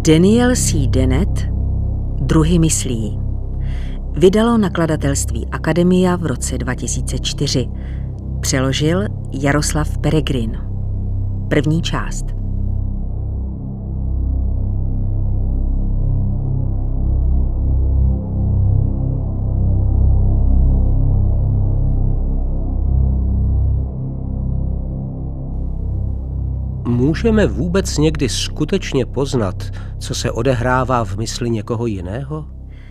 Daniel C. Dennett, Druhy myslí. Vydalo nakladatelství Akademia v roce 2004. Přeložil Jaroslav Peregrin. První část. Můžeme vůbec někdy skutečně poznat, co se odehrává v mysli někoho jiného?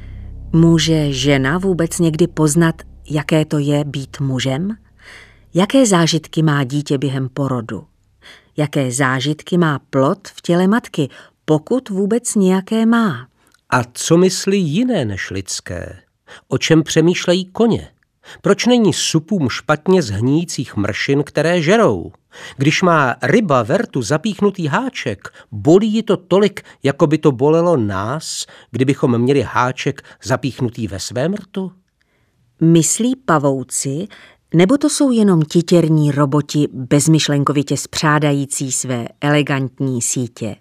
Může žena vůbec někdy poznat, jaké to je být mužem? Jaké zážitky má dítě během porodu? Jaké zážitky má plod v těle matky, pokud vůbec nějaké má? A co myslí jiné než lidské? O čem přemýšlejí koně? Proč není supům špatně z hníjících mršin, které žerou? Když má ryba ve rtu zapíchnutý háček, bolí ji to tolik, jako by to bolelo nás, kdybychom měli háček zapíchnutý ve svém rtu? Myslí pavouci, nebo to jsou jenom titěrní roboti bezmyšlenkovitě spřádající své elegantní sítě?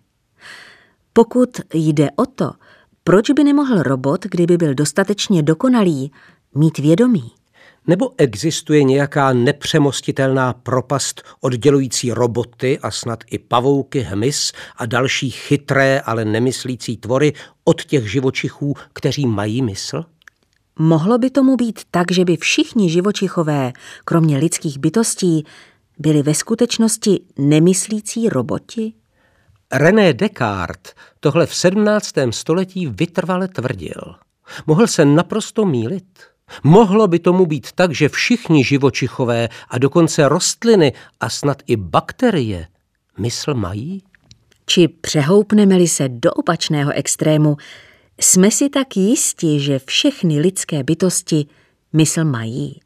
Pokud jde o to, proč by nemohl robot, kdyby byl dostatečně dokonalý, mít vědomí? Nebo existuje nějaká nepřemostitelná propast oddělující roboty a snad i pavouky, hmyz a další chytré, ale nemyslící tvory od těch živočichů, kteří mají mysl? Mohlo by tomu být tak, že by všichni živočichové, kromě lidských bytostí, byli ve skutečnosti nemyslící roboti? René Descartes tohle v 17. století vytrvale tvrdil. Mohl se naprosto mýlit. Mohlo by tomu být tak, že všichni živočichové a dokonce rostliny a snad i bakterie mysl mají? Či přehoupneme-li se do opačného extrému, jsme si tak jisti, že všechny lidské bytosti mysl mají?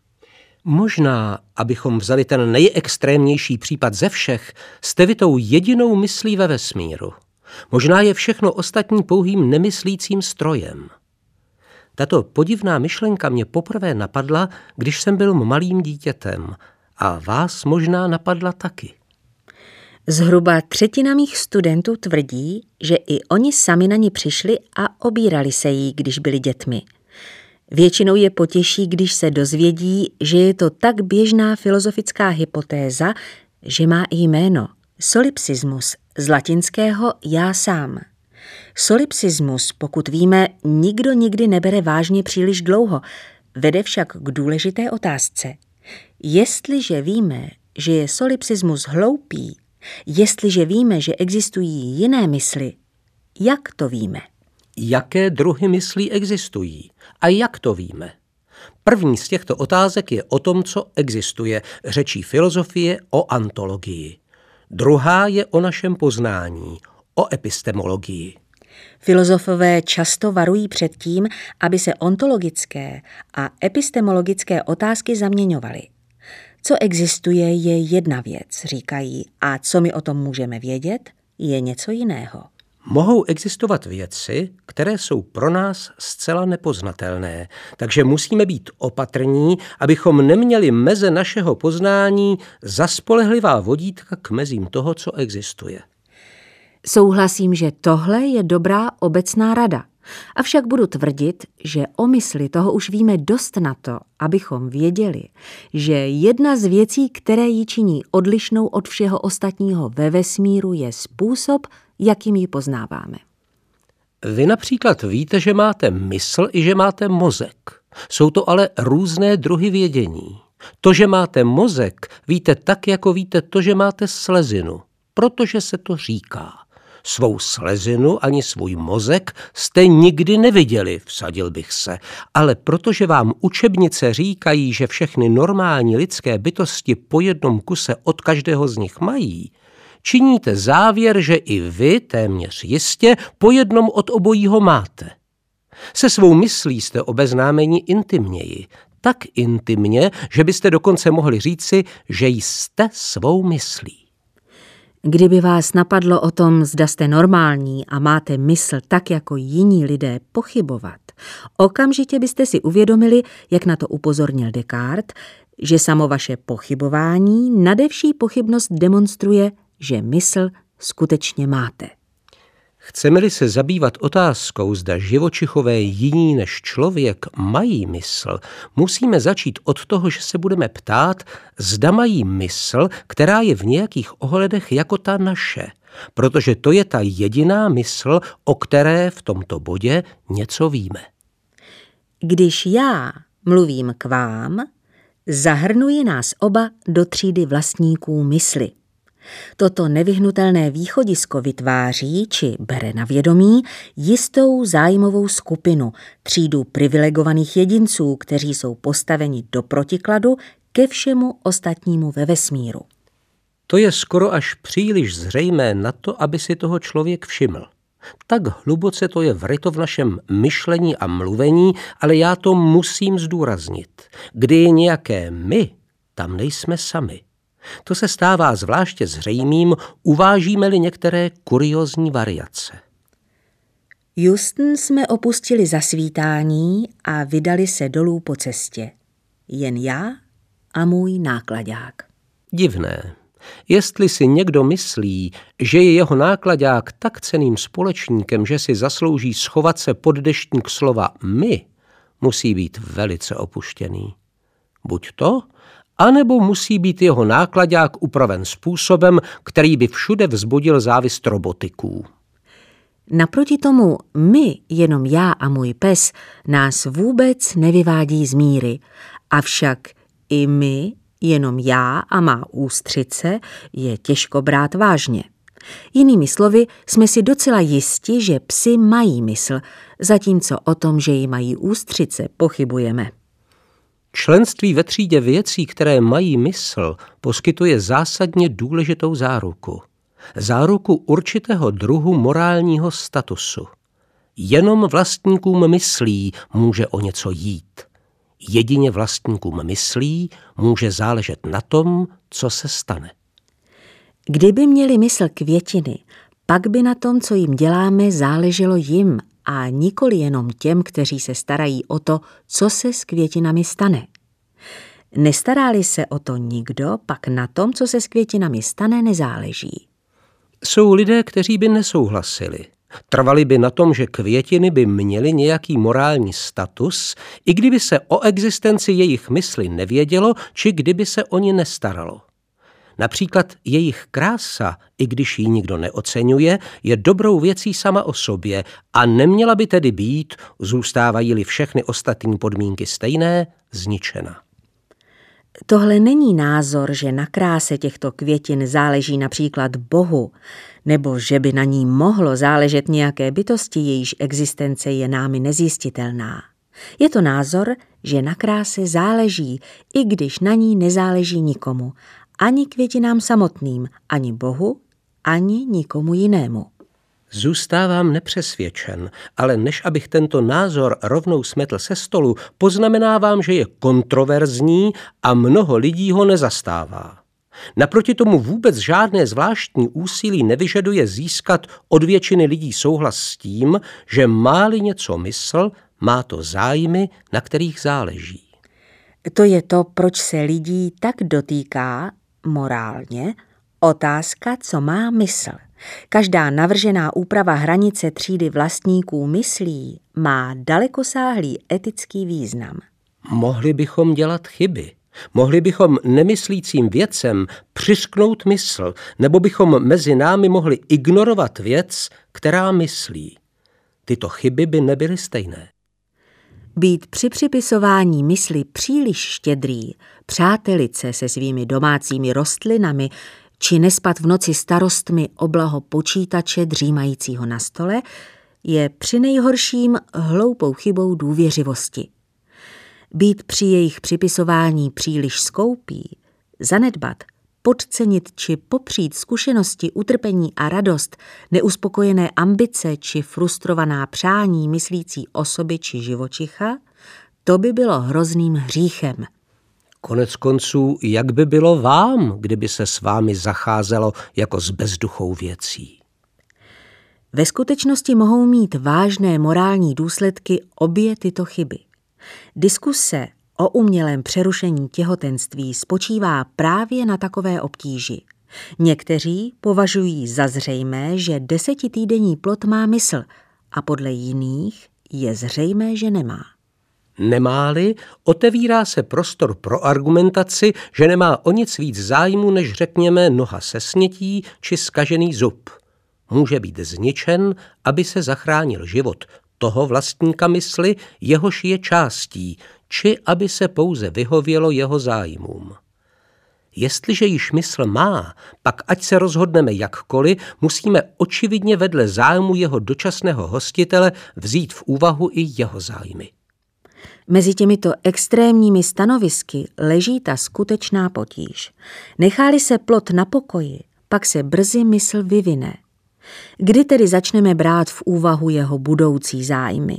Možná, abychom vzali ten nejextrémnější případ ze všech, jste vy tou jedinou myslí ve vesmíru. Možná je všechno ostatní pouhým nemyslícím strojem. Tato podivná myšlenka mě poprvé napadla, když jsem byl malým dítětem. A vás možná napadla taky. Zhruba třetina mých studentů tvrdí, že i oni sami na ní přišli a obírali se jí, když byli dětmi. Většinou je potěší, když se dozvědí, že je to tak běžná filozofická hypotéza, že má i jméno solipsismus, z latinského já sám. Solipsismus, pokud víme, nikdo nikdy nebere vážně příliš dlouho, vede však k důležité otázce. Jestliže víme, že je solipsismus hloupý, jestliže víme, že existují jiné mysli, jak to víme? Jaké druhy myslí existují? A jak to víme? První z těchto otázek je o tom, co existuje, řečí filozofie o antologii. Druhá je o našem poznání, o epistemologii. Filozofové často varují před tím, aby se ontologické a epistemologické otázky zaměňovaly. Co existuje, je jedna věc, říkají, a co my o tom můžeme vědět, je něco jiného. Mohou existovat věci, které jsou pro nás zcela nepoznatelné, takže musíme být opatrní, abychom neměli meze našeho poznání za spolehlivá vodítka k mezím toho, co existuje. Souhlasím, že tohle je dobrá obecná rada. Avšak budu tvrdit, že o mysli toho už víme dost na to, abychom věděli, že jedna z věcí, které ji činí odlišnou od všeho ostatního ve vesmíru, je způsob, jakým ji poznáváme. Vy například víte, že máte mysl i že máte mozek. Jsou to ale různé druhy vědění. To, že máte mozek, víte tak, jako víte to, že máte slezinu, protože se to říká. Svou slezinu ani svůj mozek jste nikdy neviděli, vsadil bych se, ale protože vám učebnice říkají, že všechny normální lidské bytosti po jednom kuse od každého z nich mají, činíte závěr, že i vy téměř jistě po jednom od obojího máte. Se svou myslí jste obeznámeni intimněji, tak intimně, že byste dokonce mohli říci, že jste svou myslí. Kdyby vás napadlo o tom, zda jste normální a máte mysl tak jako jiní lidé pochybovat, okamžitě byste si uvědomili, jak na to upozornil Descartes, že samo vaše pochybování nadevší pochybnost demonstruje, že mysl skutečně máte. Chceme-li se zabývat otázkou, zda živočichové jiní než člověk mají mysl, musíme začít od toho, že se budeme ptát, zda mají mysl, která je v nějakých ohledech jako ta naše, protože to je ta jediná mysl, o které v tomto bodě něco víme. Když já mluvím k vám, zahrnuji nás oba do třídy vlastníků mysli. Toto nevyhnutelné východisko vytváří, či bere na vědomí, jistou zájmovou skupinu, třídu privilegovaných jedinců, kteří jsou postaveni do protikladu ke všemu ostatnímu ve vesmíru. To je skoro až příliš zřejmé na to, aby si toho člověk všiml. Tak hluboce to je vryto v našem myšlení a mluvení, ale já to musím zdůraznit. Kdy je nějaké my, tam nejsme sami. To se stává zvláště zřejmým, uvážíme-li některé kuriózní variace. Houston jsme opustili zasvítání a vydali se dolů po cestě. Jen já a můj náklaďák. Divné. Jestli si někdo myslí, že je jeho náklaďák tak cenným společníkem, že si zaslouží schovat se pod deštník slova my, musí být velice opuštěný. Buď to, anebo musí být jeho náklaďák upraven způsobem, který by všude vzbudil závist robotiků. Naproti tomu my, jenom já a můj pes, nás vůbec nevyvádí z míry, avšak i my, jenom já a má ústřice, je těžko brát vážně. Jinými slovy, jsme si docela jisti, že psi mají mysl, zatímco o tom, že jí mají ústřice, pochybujeme. Členství ve třídě věcí, které mají mysl, poskytuje zásadně důležitou záruku. Záruku určitého druhu morálního statusu. Jenom vlastníkům myslí může o něco jít. Jedině vlastníkům myslí může záležet na tom, co se stane. Kdyby měli mysl květiny, pak by na tom, co jim děláme, záleželo jim a nikoli jenom těm, kteří se starají o to, co se s květinami stane. Nestará-li se o to nikdo, pak na tom, co se s květinami stane, nezáleží. Jsou lidé, kteří by nesouhlasili. Trvali by na tom, že květiny by měly nějaký morální status, i kdyby se o existenci jejich mysli nevědělo, či kdyby se o ni nestaralo. Například jejich krása, i když ji nikdo neoceňuje, je dobrou věcí sama o sobě a neměla by tedy být, zůstávají-li všechny ostatní podmínky stejné, zničena. Tohle není názor, že na kráse těchto květin záleží například Bohu, nebo že by na ní mohlo záležet nějaké bytosti, jejíž existence je námi nezjistitelná. Je to názor, že na kráse záleží, i když na ní nezáleží nikomu, ani květinám samotným, ani Bohu, ani nikomu jinému. Zůstávám nepřesvědčen, ale než abych tento názor rovnou smetl se stolu, poznamenávám, že je kontroverzní a mnoho lidí ho nezastává. Naproti tomu vůbec žádné zvláštní úsilí nevyžaduje získat od většiny lidí souhlas s tím, že má-li něco mysl, má to zájmy, na kterých záleží. To je to, proč se lidí tak dotýká, morálně, otázka, co má mysl. Každá navržená úprava hranice třídy vlastníků myslí má dalekosáhlý etický význam. Mohli bychom dělat chyby. Mohli bychom nemyslícím věcem přiřknout mysl, nebo bychom mezi námi mohli ignorovat věc, která myslí. Tyto chyby by nebyly stejné. Být při připisování mysli příliš štědrý, přátelit se svými domácími rostlinami, či nespat v noci starostmi o blaho počítače dřímajícího na stole, je přinejhorším hloupou chybou důvěřivosti. Být při jejich připisování příliš skoupý, zanedbat, podcenit či popřít zkušenosti, utrpení a radost, neuspokojené ambice či frustrovaná přání myslící osoby či živočicha, to by bylo hrozným hříchem. Konec konců, jak by bylo vám, kdyby se s vámi zacházelo jako s bezduchou věcí? Ve skutečnosti mohou mít vážné morální důsledky obě tyto chyby. Diskuse o umělém přerušení těhotenství spočívá právě na takové obtíži. Někteří považují za zřejmé, že 10týdenní plod má mysl a podle jiných je zřejmé, že nemá. Nemá-li, otevírá se prostor pro argumentaci, že nemá o nic víc zájmu, než řekněme noha se snětí či zkažený zub. Může být zničen, aby se zachránil život toho vlastníka mysli, jehož je částí, či aby se pouze vyhovělo jeho zájmům. Jestliže již mysl má, pak ať se rozhodneme jakkoliv, musíme očividně vedle zájmu jeho dočasného hostitele vzít v úvahu i jeho zájmy. Mezi těmito extrémními stanovisky leží ta skutečná potíž. Nechá-li se plod na pokoji, pak se brzy mysl vyvine. Kdy tedy začneme brát v úvahu jeho budoucí zájmy?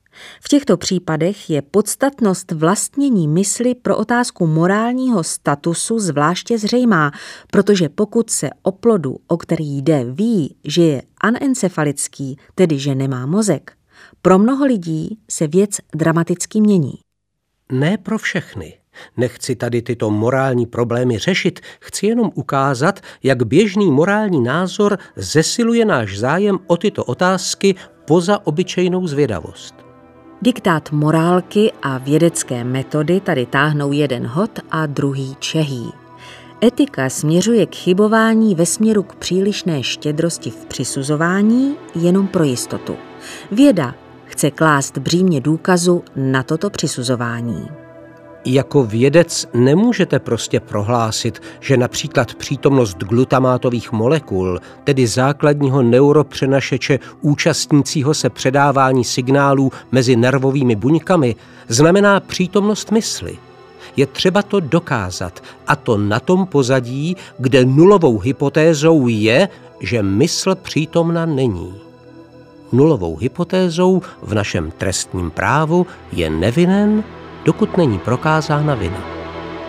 V těchto případech je podstatnost vlastnění mysli pro otázku morálního statusu zvláště zřejmá, protože pokud se o plodu, o který jde, ví, že je anencefalický, tedy že nemá mozek, pro mnoho lidí se věc dramaticky mění. Ne pro všechny. Nechci tady tyto morální problémy řešit, chci jenom ukázat, jak běžný morální názor zesiluje náš zájem o tyto otázky poza obyčejnou zvědavost. Diktát morálky a vědecké metody tady táhnou jeden hod a druhý čehý. Etika směřuje k chybování ve směru k přílišné štědrosti v přisuzování jenom pro jistotu. Věda chce klást břímě důkazu na toto přisuzování. Jako vědec nemůžete prostě prohlásit, že například přítomnost glutamátových molekul, tedy základního neuropřenašeče účastnícího se předávání signálů mezi nervovými buňkami, znamená přítomnost mysli. Je třeba to dokázat, a to na tom pozadí, kde nulovou hypotézou je, že mysl přítomna není. Nulovou hypotézou v našem trestním právu je nevinen, dokud není prokázána vina.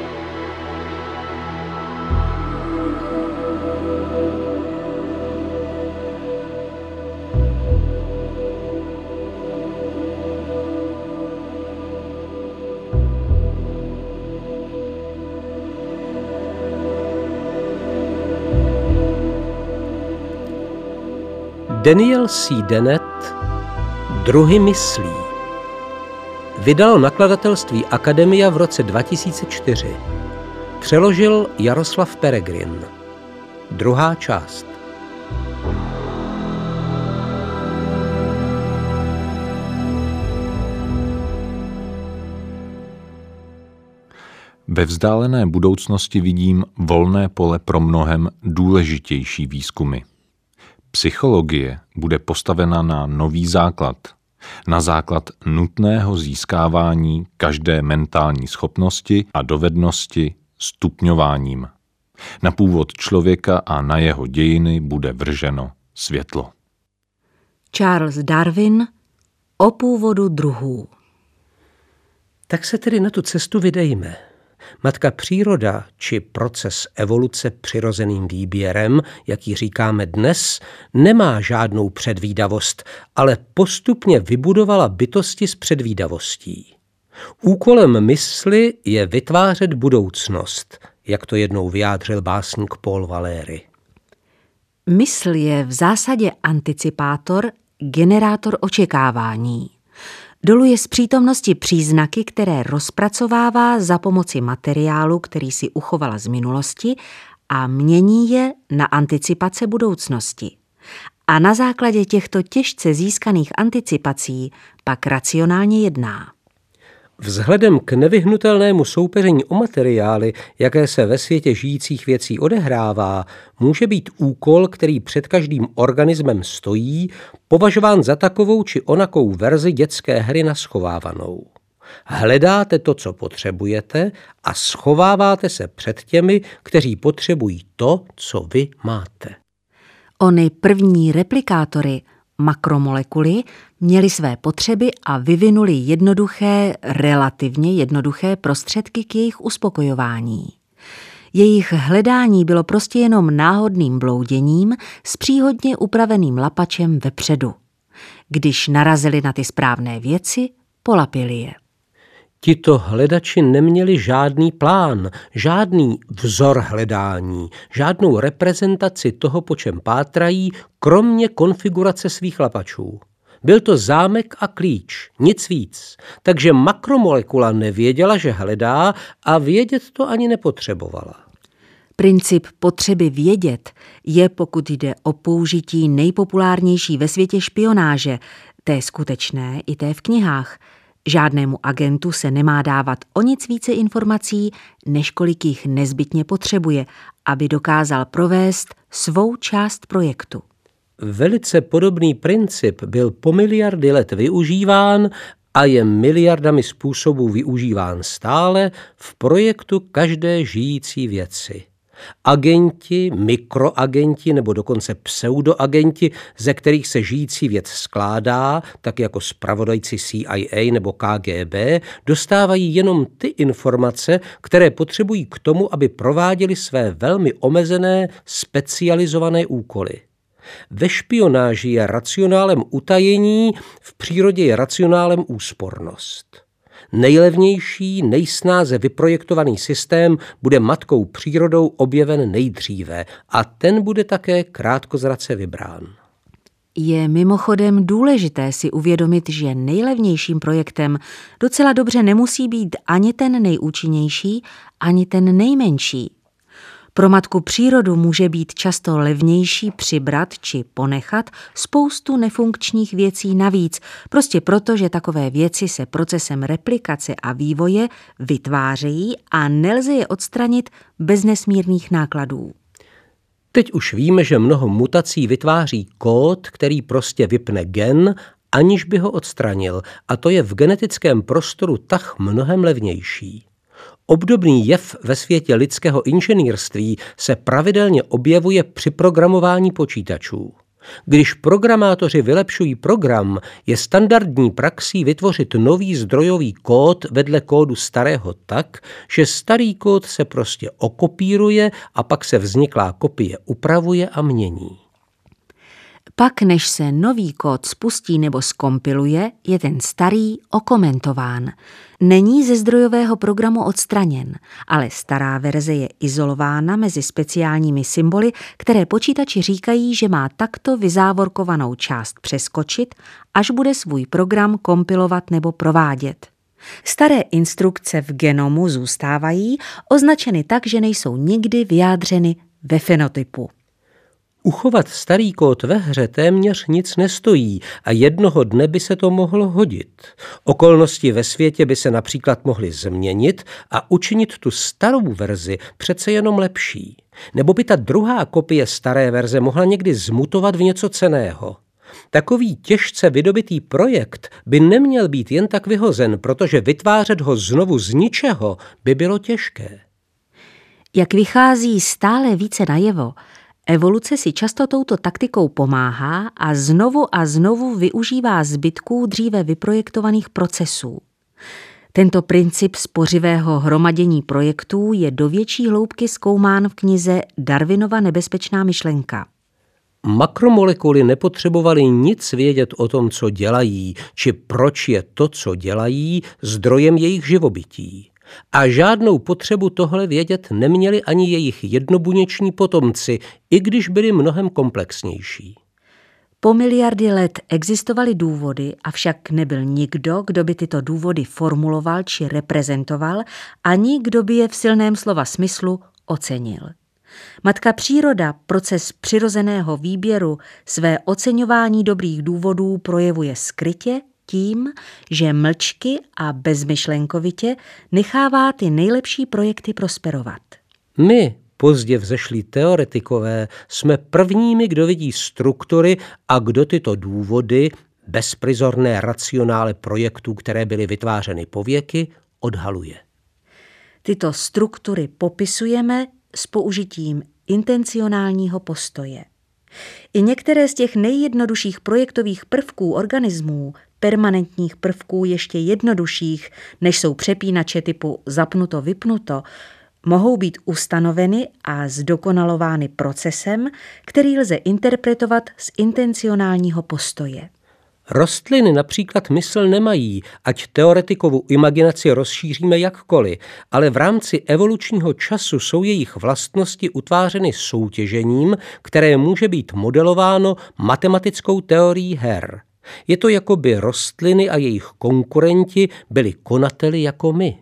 Daniel C. Dennett Druhy myslí vydalo nakladatelství Akademia v roce 2004. Přeložil Jaroslav Peregrin. Druhá část. Ve vzdálené budoucnosti vidím volné pole pro mnohem důležitější výzkumy. Psychologie bude postavena na nový základ, na základ nutného získávání každé mentální schopnosti a dovednosti stupňováním. Na původ člověka a na jeho dějiny bude vrženo světlo. Charles Darwin o původu druhů. Tak se tedy na tu cestu vydejme. Matka příroda, či proces evoluce přirozeným výběrem, jak ji říkáme dnes, nemá žádnou předvídavost, ale postupně vybudovala bytosti s předvídavostí. Úkolem mysli je vytvářet budoucnost, jak to jednou vyjádřil básník Paul Valéry. Mysl je v zásadě anticipátor, generátor očekávání. Doluje z přítomnosti příznaky, které rozpracovává za pomoci materiálu, který si uchovala z minulosti, a mění je na anticipace budoucnosti. A na základě těchto těžce získaných anticipací pak racionálně jedná. Vzhledem k nevyhnutelnému soupeření o materiály, jaké se ve světě žijících věcí odehrává, může být úkol, který před každým organismem stojí, považován za takovou či onakou verzi dětské hry na schovávanou. Hledáte to, co potřebujete, a schováváte se před těmi, kteří potřebují to, co vy máte. Ony první replikátory, makromolekuly, měly své potřeby a vyvinuli relativně jednoduché prostředky k jejich uspokojování. Jejich hledání bylo prostě jenom náhodným blouděním s příhodně upraveným lapačem vepředu. Když narazili na ty správné věci, polapili je. Tito hledači neměli žádný plán, žádný vzor hledání, žádnou reprezentaci toho, po čem pátrají, kromě konfigurace svých lapačů. Byl to zámek a klíč, nic víc. Takže makromolekula nevěděla, že hledá, a vědět to ani nepotřebovala. Princip potřeby vědět je, pokud jde o použití nejpopulárnější ve světě špionáže, té skutečné i té v knihách. Žádnému agentu se nemá dávat o nic více informací, než kolik jich nezbytně potřebuje, aby dokázal provést svou část projektu. Velice podobný princip byl po miliardy let využíván a je miliardami způsobů využíván stále v projektu každé žijící věci. Agenti, mikroagenti nebo dokonce pseudoagenti, ze kterých se žijící věc skládá, tak jako zpravodajci CIA nebo KGB, dostávají jenom ty informace, které potřebují k tomu, aby prováděli své velmi omezené, specializované úkoly. Ve špionáži je racionálem utajení, v přírodě je racionálem úspornost. Nejlevnější, nejsnáze vyprojektovaný systém bude matkou přírodou objeven nejdříve a ten bude také krátkozrace vybrán. Je mimochodem důležité si uvědomit, že nejlevnějším projektem docela dobře nemusí být ani ten nejúčinnější, ani ten nejmenší. Pro matku přírodu může být často levnější přibrat či ponechat spoustu nefunkčních věcí navíc, prostě proto, že takové věci se procesem replikace a vývoje vytvářejí a nelze je odstranit bez nesmírných nákladů. Teď už víme, že mnoho mutací vytváří kód, který prostě vypne gen, aniž by ho odstranil, a to je v genetickém prostoru tak mnohem levnější. Obdobný jev ve světě lidského inženýrství se pravidelně objevuje při programování počítačů. Když programátoři vylepšují program, je standardní praxí vytvořit nový zdrojový kód vedle kódu starého tak, že starý kód se prostě okopíruje a pak se vzniklá kopie upravuje a mění. Pak, než se nový kód spustí nebo zkompiluje, je ten starý okomentován. Není ze zdrojového programu odstraněn, ale stará verze je izolována mezi speciálními symboly, které počítači říkají, že má takto vyzávorkovanou část přeskočit, až bude svůj program kompilovat nebo provádět. Staré instrukce v genomu zůstávají označeny tak, že nejsou nikdy vyjádřeny ve fenotypu. Uchovat starý kód ve hře téměř nic nestojí a jednoho dne by se to mohlo hodit. Okolnosti ve světě by se například mohly změnit a učinit tu starou verzi přece jenom lepší. Nebo by ta druhá kopie staré verze mohla někdy zmutovat v něco cenného. Takový těžce vydobitý projekt by neměl být jen tak vyhozen, protože vytvářet ho znovu z ničeho by bylo těžké. Jak vychází stále více najevo, evoluce si často touto taktikou pomáhá a znovu využívá zbytků dříve vyprojektovaných procesů. Tento princip spořivého hromadění projektů je do větší hloubky zkoumán v knize Darwinova nebezpečná myšlenka. Makromolekuly nepotřebovaly nic vědět o tom, co dělají, či proč je to, co dělají, zdrojem jejich živobytí. A žádnou potřebu tohle vědět neměli ani jejich jednobuněční potomci, i když byli mnohem komplexnější. Po miliardy let existovaly důvody, avšak nebyl nikdo, kdo by tyto důvody formuloval či reprezentoval, ani kdo by je v silném slova smyslu ocenil. Matka příroda proces přirozeného výběru své oceňování dobrých důvodů projevuje skrytě tím, že mlčky a bezmyšlenkovitě nechává ty nejlepší projekty prosperovat. My, pozdě vzešlí teoretikové, jsme prvními, kdo vidí struktury a kdo tyto důvody, bezprizorné racionále projektů, které byly vytvářeny pověky, odhaluje. Tyto struktury popisujeme s použitím intencionálního postoje. I některé z těch nejjednodušších projektových prvků organismů, permanentních prvků ještě jednodušších, než jsou přepínače typu zapnuto-vypnuto, mohou být ustanoveny a zdokonalovány procesem, který lze interpretovat z intencionálního postoje. Rostliny například mysl nemají, ať teoretikovu imaginaci rozšíříme jakkoliv, ale v rámci evolučního času jsou jejich vlastnosti utvářeny soutěžením, které může být modelováno matematickou teorií her. Je to, jako by rostliny a jejich konkurenti byli konateli jako my.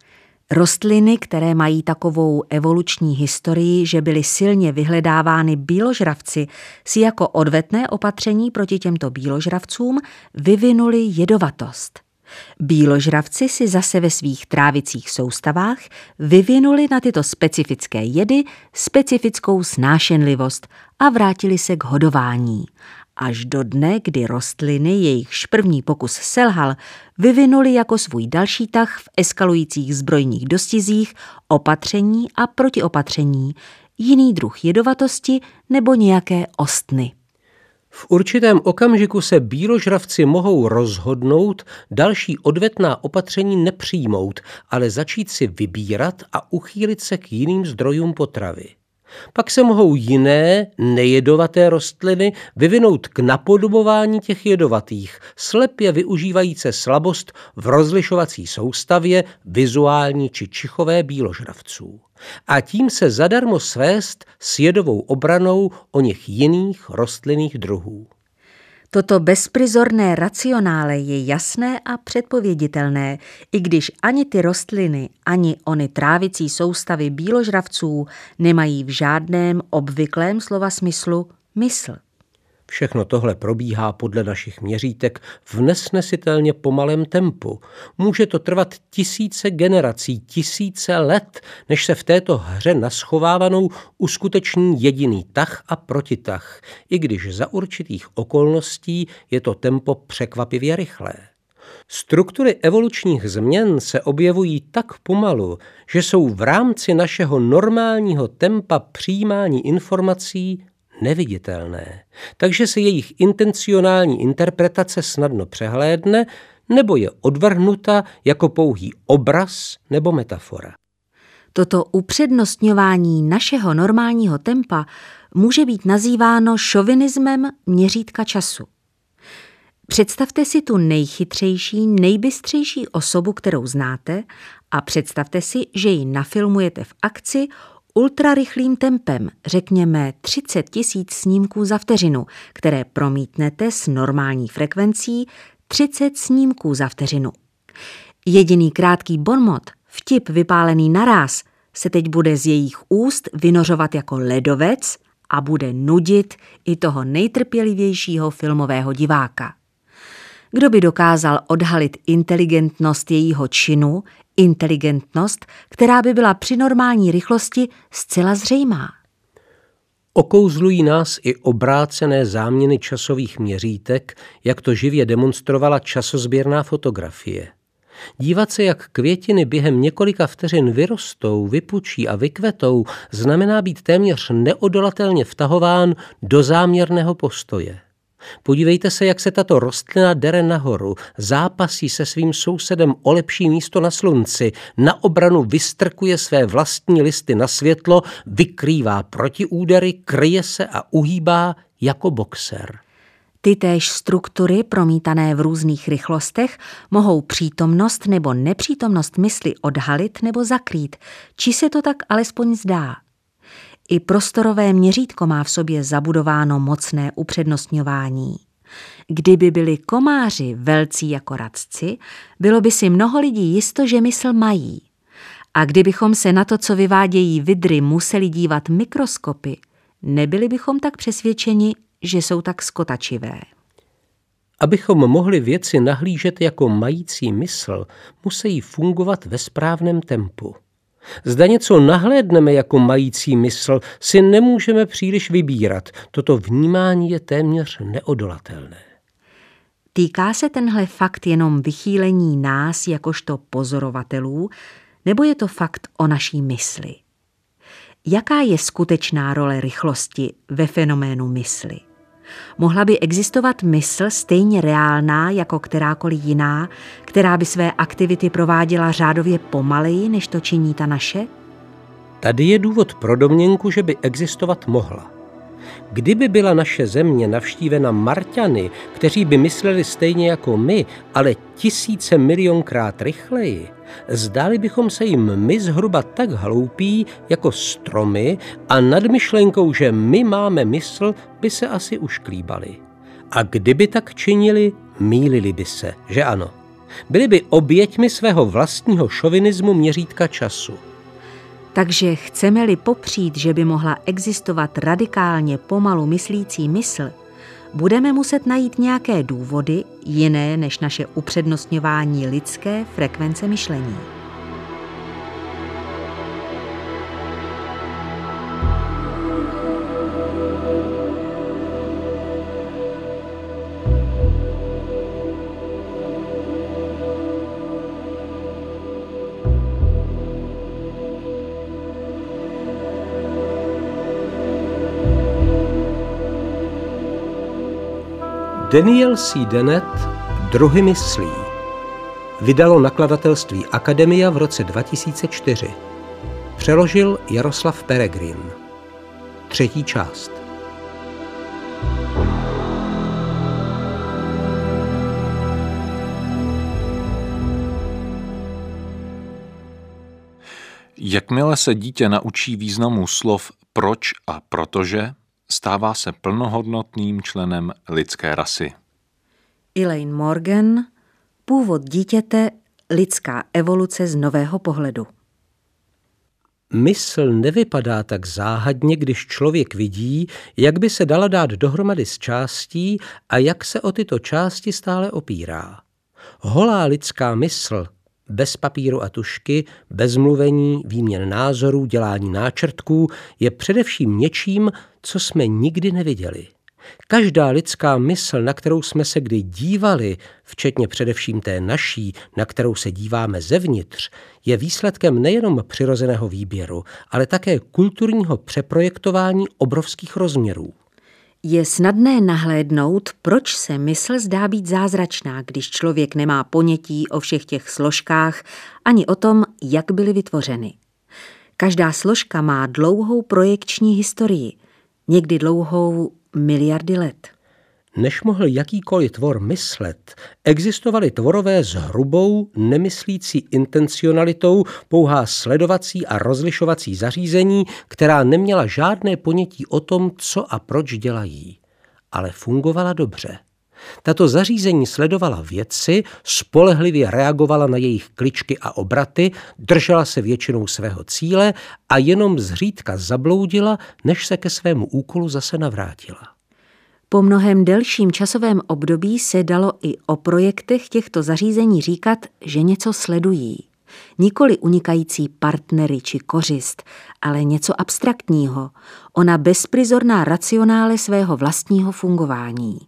Rostliny, které mají takovou evoluční historii, že byly silně vyhledávány býložravci, si jako odvetné opatření proti těmto býložravcům vyvinuli jedovatost. Býložravci si zase ve svých trávicích soustavách vyvinuli na tyto specifické jedy specifickou snášenlivost a vrátili se k hodování. Až do dne, kdy rostliny, jejichž první pokus selhal, vyvinuli jako svůj další tah v eskalujících zbrojních dostizích opatření a protiopatření, jiný druh jedovatosti nebo nějaké ostny. V určitém okamžiku se býložravci mohou rozhodnout další odvetná opatření nepřijmout, ale začít si vybírat a uchýlit se k jiným zdrojům potravy. Pak se mohou jiné, nejedovaté rostliny vyvinout k napodobování těch jedovatých, slepě využívající slabost v rozlišovací soustavě vizuální či čichové býložravců. A tím se zadarmo svést s jedovou obranou o něch jiných rostlinných druhů. Toto bezprizorné racionále je jasné a předpověditelné, i když ani ty rostliny, ani ony trávicí soustavy býložravců nemají v žádném obvyklém slova smyslu mysl. Všechno tohle probíhá podle našich měřítek v nesnesitelně pomalém tempu. Může to trvat tisíce generací, tisíce let, než se v této hře naschovávanou uskuteční jediný tah a protitah, i když za určitých okolností je to tempo překvapivě rychlé. Struktury evolučních změn se objevují tak pomalu, že jsou v rámci našeho normálního tempa přijímání informací neviditelné, takže se jejich intencionální interpretace snadno přehlédne nebo je odvrhnuta jako pouhý obraz nebo metafora. Toto upřednostňování našeho normálního tempa může být nazýváno šovinismem měřítka času. Představte si tu nejchytřejší, nejbystřejší osobu, kterou znáte, a představte si, že ji nafilmujete v akci ultrarychlým tempem, řekněme 30 000 snímků za vteřinu, které promítnete s normální frekvencí 30 snímků za vteřinu. Jediný krátký bonmot, vtip vypálený naráz, se teď bude z jejich úst vynořovat jako ledovec a bude nudit i toho nejtrpělivějšího filmového diváka. Kdo by dokázal odhalit inteligentnost jejího činu, inteligentnost, která by byla při normální rychlosti zcela zřejmá? Okouzlují nás i obrácené záměny časových měřítek, jak to živě demonstrovala časozběrná fotografie. Dívat se, jak květiny během několika vteřin vyrostou, vypučí a vykvetou, znamená být téměř neodolatelně vtahován do záměrného postoje. Podívejte se, jak se tato rostlina dere nahoru, zápasí se svým sousedem o lepší místo na slunci, na obranu vystrkuje své vlastní listy na světlo, vykrývá protiúdery, kryje se a uhýbá jako boxer. Tytéž struktury, promítané v různých rychlostech, mohou přítomnost nebo nepřítomnost mysli odhalit nebo zakrýt, či se to tak alespoň zdá. I prostorové měřítko má v sobě zabudováno mocné upřednostňování. Kdyby byli komáři velcí jako racci, bylo by si mnoho lidí jisto, že mysl mají. A kdybychom se na to, co vyvádějí vidry, museli dívat mikroskopy, nebyli bychom tak přesvědčeni, že jsou tak skotačivé. Abychom mohli věci nahlížet jako mající mysl, musí fungovat ve správném tempu. Zda něco nahlédneme jako mající mysl, si nemůžeme příliš vybírat. Toto vnímání je téměř neodolatelné. Týká se tenhle fakt jenom vychýlení nás jakožto pozorovatelů, nebo je to fakt o naší mysli? Jaká je skutečná role rychlosti ve fenoménu mysli? Mohla by existovat mysl stejně reálná jako kterákoliv jiná, která by své aktivity prováděla řádově pomaleji, než to činí ta naše? Tady je důvod pro domněnku, že by existovat mohla. Kdyby byla naše země navštívena Marťany, kteří by mysleli stejně jako my, ale tisíce milionkrát rychleji, zdáli bychom se jim my zhruba tak hloupí jako stromy a nad myšlenkou, že my máme mysl, by se asi ušklíbali. A kdyby tak činili, mýlili by se, že ano. Byli by oběťmi svého vlastního šovinismu měřítka času. Takže chceme-li popřít, že by mohla existovat radikálně pomalu myslící mysl, budeme muset najít nějaké důvody jiné než naše upřednostňování lidské frekvence myšlení. Daniel C. Dennett Druhy myslí vydalo nakladatelství Akademia v roce 2004. Přeložil Jaroslav Peregrin. 3. část. Jakmile se dítě naučí významu slov proč a protože, stává se plnohodnotným členem lidské rasy. Elaine Morgan, Původ dítěte, lidská evoluce z nového pohledu. Mysl nevypadá tak záhadně, když člověk vidí, jak by se dala dát dohromady z částí a jak se o tyto části stále opírá. Holá lidská mysl, bez papíru a tušky, bez mluvení, výměn názorů, dělání náčrtků, je především něčím, co jsme nikdy neviděli. Každá lidská mysl, na kterou jsme se kdy dívali, včetně především té naší, na kterou se díváme zevnitř, je výsledkem nejenom přirozeného výběru, ale také kulturního přeprojektování obrovských rozměrů. Je snadné nahlédnout, proč se mysl zdá být zázračná, když člověk nemá ponětí o všech těch složkách ani o tom, jak byly vytvořeny. Každá složka má dlouhou projekční historii, někdy dlouhou miliardy let. Než mohl jakýkoliv tvor myslet, existovaly tvorové s hrubou, nemyslící intencionalitou, pouhá sledovací a rozlišovací zařízení, která neměla žádné ponětí o tom, co a proč dělají. Ale fungovala dobře. Tato zařízení sledovala věci, spolehlivě reagovala na jejich kličky a obraty, držela se většinou svého cíle a jenom zřídka zabloudila, než se ke svému úkolu zase navrátila. Po mnohem delším časovém období se dalo i o projektech těchto zařízení říkat, že něco sledují. Nikoli unikající partnery či kořist, ale něco abstraktního, ona bezprizorná racionále svého vlastního fungování.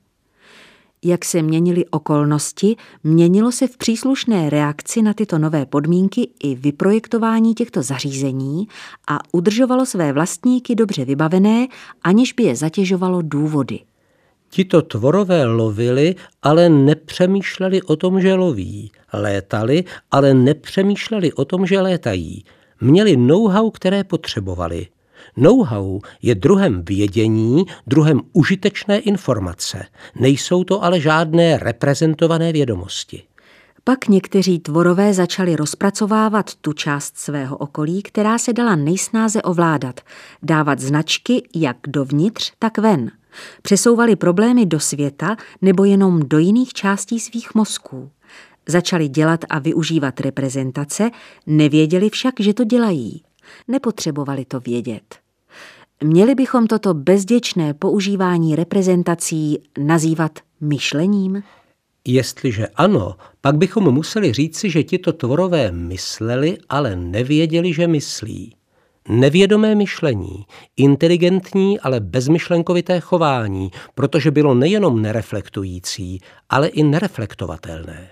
Jak se měnily okolnosti, měnilo se v příslušné reakci na tyto nové podmínky i vyprojektování těchto zařízení a udržovalo své vlastníky dobře vybavené, aniž by je zatěžovalo důvody. Tito tvorové lovili, ale nepřemýšleli o tom, že loví. Létali, ale nepřemýšleli o tom, že létají. Měli know-how, které potřebovali. Know-how je druhem vědění, druhem užitečné informace. Nejsou to ale žádné reprezentované vědomosti. Pak někteří tvorové začali rozpracovávat tu část svého okolí, která se dala nejsnáze ovládat, dávat značky jak dovnitř, tak ven. Přesouvali problémy do světa nebo jenom do jiných částí svých mozků. Začali dělat a využívat reprezentace, nevěděli však, že to dělají. Nepotřebovali to vědět. Měli bychom toto bezděčné používání reprezentací nazývat myšlením? Jestliže ano, pak bychom museli říci, že tito tvorové mysleli, ale nevěděli, že myslí. Nevědomé myšlení, inteligentní, ale bezmyšlenkovité chování, protože bylo nejenom nereflektující, ale i nereflektovatelné.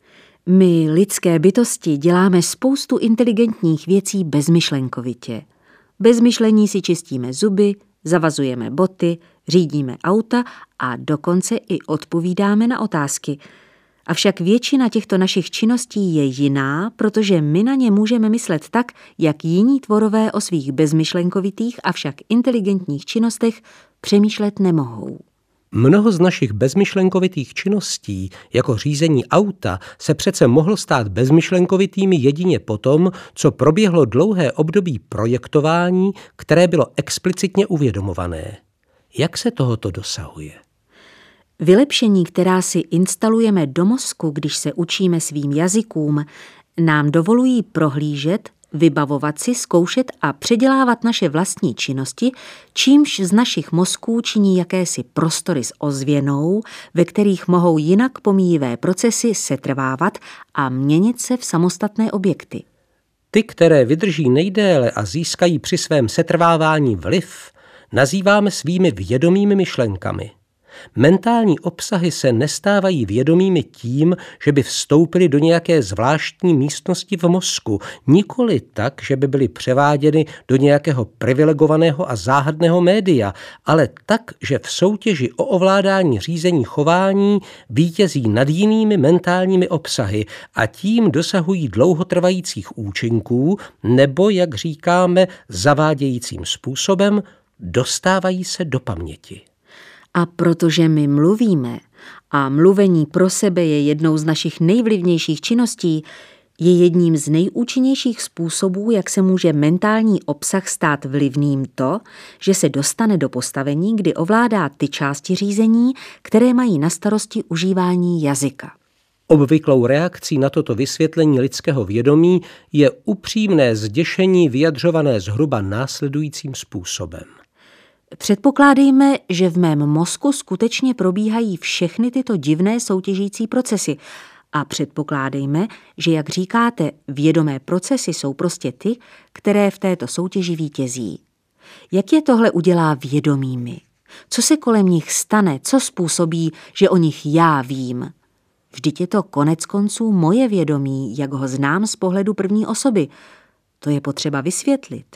My, lidské bytosti, děláme spoustu inteligentních věcí bezmyšlenkovitě. Bez myšlení si čistíme zuby, zavazujeme boty, řídíme auta a dokonce i odpovídáme na otázky. Avšak většina těchto našich činností je jiná, protože my na ně můžeme myslet tak, jak jiní tvorové o svých bezmyšlenkovitých, avšak inteligentních činnostech přemýšlet nemohou. Mnoho z našich bezmyšlenkovitých činností, jako řízení auta, se přece mohlo stát bezmyšlenkovitými jedině potom, co proběhlo dlouhé období projektování, které bylo explicitně uvědomované. Jak se tohoto dosahuje? Vylepšení, která si instalujeme do mozku, když se učíme svým jazykům, nám dovolují prohlížet, vybavovat si, zkoušet a předělávat naše vlastní činnosti, čímž z našich mozků činí jakési prostory s ozvěnou, ve kterých mohou jinak pomíjivé procesy setrvávat a měnit se v samostatné objekty. Ty, které vydrží nejdéle a získají při svém setrvávání vliv, nazýváme svými vědomými myšlenkami. Mentální obsahy se nestávají vědomými tím, že by vstoupily do nějaké zvláštní místnosti v mozku, nikoli tak, že by byly převáděny do nějakého privilegovaného a záhadného média, ale tak, že v soutěži o ovládání řízení chování vítězí nad jinými mentálními obsahy a tím dosahují dlouhotrvajících účinků nebo, jak říkáme, zavádějícím způsobem, dostávají se do paměti. A protože my mluvíme, a mluvení pro sebe je jednou z našich nejvlivnějších činností, je jedním z nejúčinnějších způsobů, jak se může mentální obsah stát vlivným to, že se dostane do postavení, kdy ovládá ty části řízení, které mají na starosti užívání jazyka. Obvyklou reakcí na toto vysvětlení lidského vědomí je upřímné zděšení vyjadřované zhruba následujícím způsobem. Předpokládejme, že v mém mozku skutečně probíhají všechny tyto divné soutěžící procesy a předpokládejme, že, jak říkáte, vědomé procesy jsou prostě ty, které v této soutěži vítězí. Jak je tohle udělá vědomými? Co se kolem nich stane? Co způsobí, že o nich já vím? Vždyť je to konec konců moje vědomí, jak ho znám z pohledu první osoby. To je potřeba vysvětlit.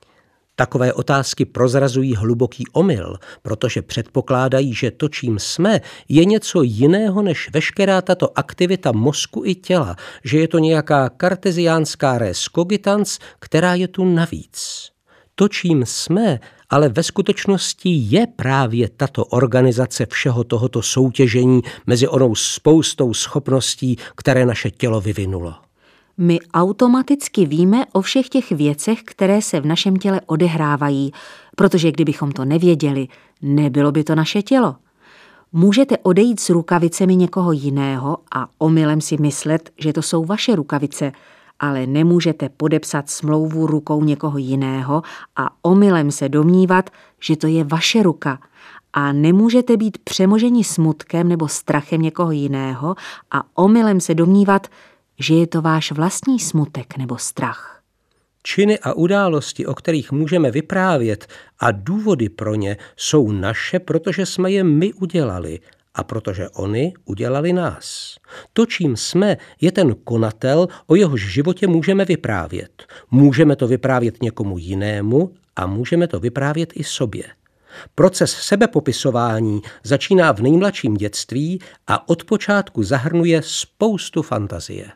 Takové otázky prozrazují hluboký omyl, protože předpokládají, že to, čím jsme, je něco jiného než veškerá tato aktivita mozku i těla, že je to nějaká karteziánská res cogitans, která je tu navíc. To, čím jsme, ale ve skutečnosti je právě tato organizace všeho tohoto soutěžení mezi onou spoustou schopností, které naše tělo vyvinulo. My automaticky víme o všech těch věcech, které se v našem těle odehrávají, protože kdybychom to nevěděli, nebylo by to naše tělo. Můžete odejít s rukavicemi někoho jiného a omylem si myslet, že to jsou vaše rukavice, ale nemůžete podepsat smlouvu rukou někoho jiného a omylem se domnívat, že to je vaše ruka. A nemůžete být přemoženi smutkem nebo strachem někoho jiného a omylem se domnívat, že je to váš vlastní smutek nebo strach. Činy a události, o kterých můžeme vyprávět, a důvody pro ně jsou naše, protože jsme je my udělali a protože oni udělali nás. To, čím jsme, je ten konatel, o jehož životě můžeme vyprávět. Můžeme to vyprávět někomu jinému a můžeme to vyprávět i sobě. Proces sebepopisování začíná v nejmladším dětství a od počátku zahrnuje spoustu fantazie.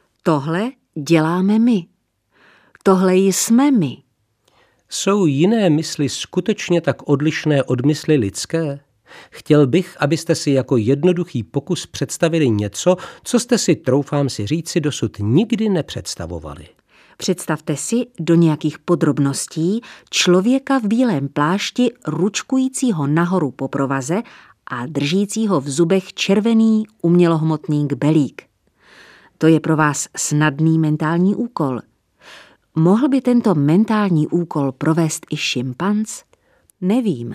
Tohle děláme my. Tohle jsme my. Jsou jiné mysli skutečně tak odlišné od mysli lidské? Chtěl bych, abyste si jako jednoduchý pokus představili něco, co jste si, troufám si říci, dosud nikdy nepředstavovali. Představte si do nějakých podrobností člověka v bílém plášti ručkujícího nahoru po provaze a držícího v zubech červený umělohmotný kbelík. To je pro vás snadný mentální úkol. Mohl by tento mentální úkol provést i šimpanz? Nevím.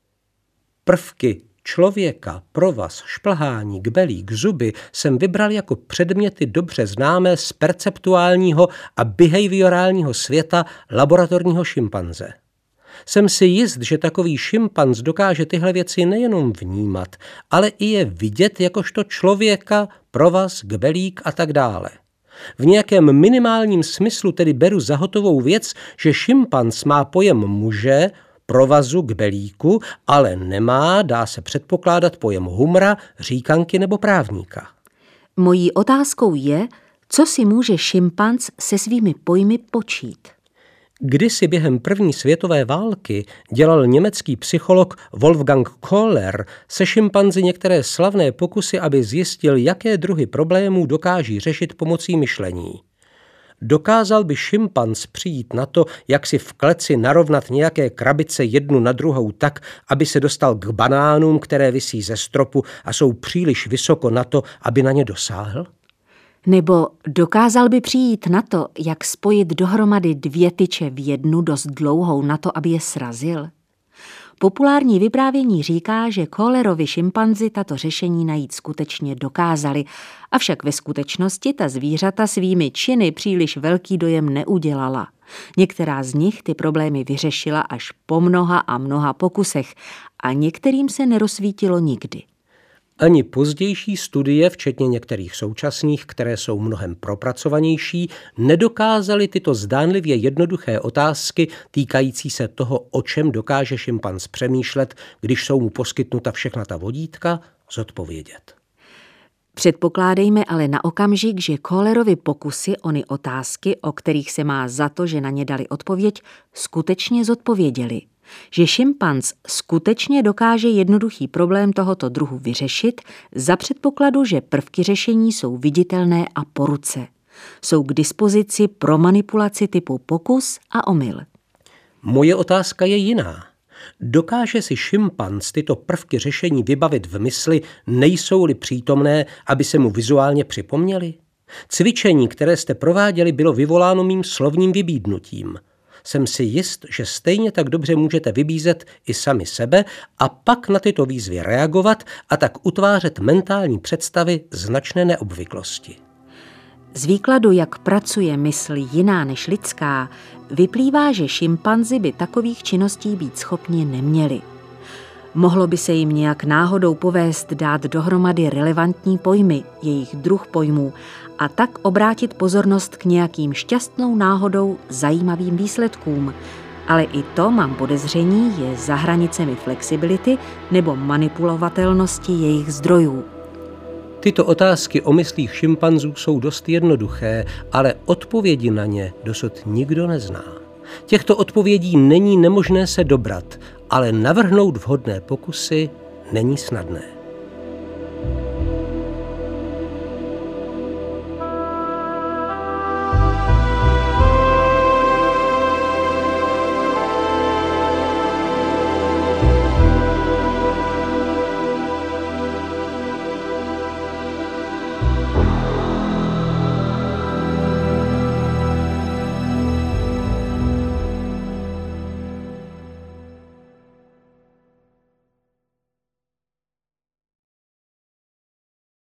Prvky člověka, provaz, šplhání, kbelík, zuby jsem vybral jako předměty dobře známé z perceptuálního a behaviorálního světa laboratorního šimpanze. Jsem si jist, že takový šimpanz dokáže tyhle věci nejenom vnímat, ale i je vidět jakožto člověka, provaz, kbelík a tak dále. V nějakém minimálním smyslu tedy beru za hotovou věc, že šimpanz má pojem muže, provazu, kbelíku, ale nemá, dá se předpokládat, pojem humra, říkanky nebo právníka. Mojí otázkou je, co si může šimpanz se svými pojmy počít. Kdysi během první světové války dělal německý psycholog Wolfgang Kohler se šimpanzi některé slavné pokusy, aby zjistil, jaké druhy problémů dokáží řešit pomocí myšlení. Dokázal by šimpanz přijít na to, jak si v kleci narovnat nějaké krabice jednu na druhou tak, aby se dostal k banánům, které visí ze stropu a jsou příliš vysoko na to, aby na ně dosáhl? Nebo dokázal by přijít na to, jak spojit dohromady dvě tyče v jednu dost dlouhou na to, aby je srazil? Populární vyprávění říká, že Kohlerovi šimpanzi tato řešení najít skutečně dokázali, avšak ve skutečnosti ta zvířata svými činy příliš velký dojem neudělala. Některá z nich ty problémy vyřešila až po mnoha a mnoha pokusech a některým se nerozsvítilo nikdy. Ani pozdější studie, včetně některých současných, které jsou mnohem propracovanější, nedokázaly tyto zdánlivě jednoduché otázky týkající se toho, o čem dokáže šimpanz přemýšlet, když jsou mu poskytnuta všechna ta vodítka, zodpovědět. Předpokládejme ale na okamžik, že Kohlerovy pokusy ony otázky, o kterých se má za to, že na ně dali odpověď, skutečně zodpověděli. Že šimpanz skutečně dokáže jednoduchý problém tohoto druhu vyřešit za předpokladu, že prvky řešení jsou viditelné a po ruce. Jsou k dispozici pro manipulaci typu pokus a omyl. Moje otázka je jiná. Dokáže si šimpanz tyto prvky řešení vybavit v mysli, nejsou-li přítomné, aby se mu vizuálně připomněly? Cvičení, které jste prováděli, bylo vyvoláno mým slovním vybídnutím. Jsem si jist, že stejně tak dobře můžete vybízet i sami sebe a pak na tyto výzvy reagovat a tak utvářet mentální představy značné neobvyklosti. Z výkladu, jak pracuje mysl jiná než lidská, vyplývá, že šimpanzi by takových činností být schopni neměli. Mohlo by se jim nějak náhodou povést dát dohromady relevantní pojmy, jejich druh pojmů, a tak obrátit pozornost k nějakým šťastnou náhodou zajímavým výsledkům. Ale i to, mám podezření, je za hranicemi flexibility nebo manipulovatelnosti jejich zdrojů. Tyto otázky o myslích šimpanzů jsou dost jednoduché, ale odpovědi na ně dosud nikdo nezná. Těchto odpovědí není nemožné se dobrat, ale navrhnout vhodné pokusy není snadné.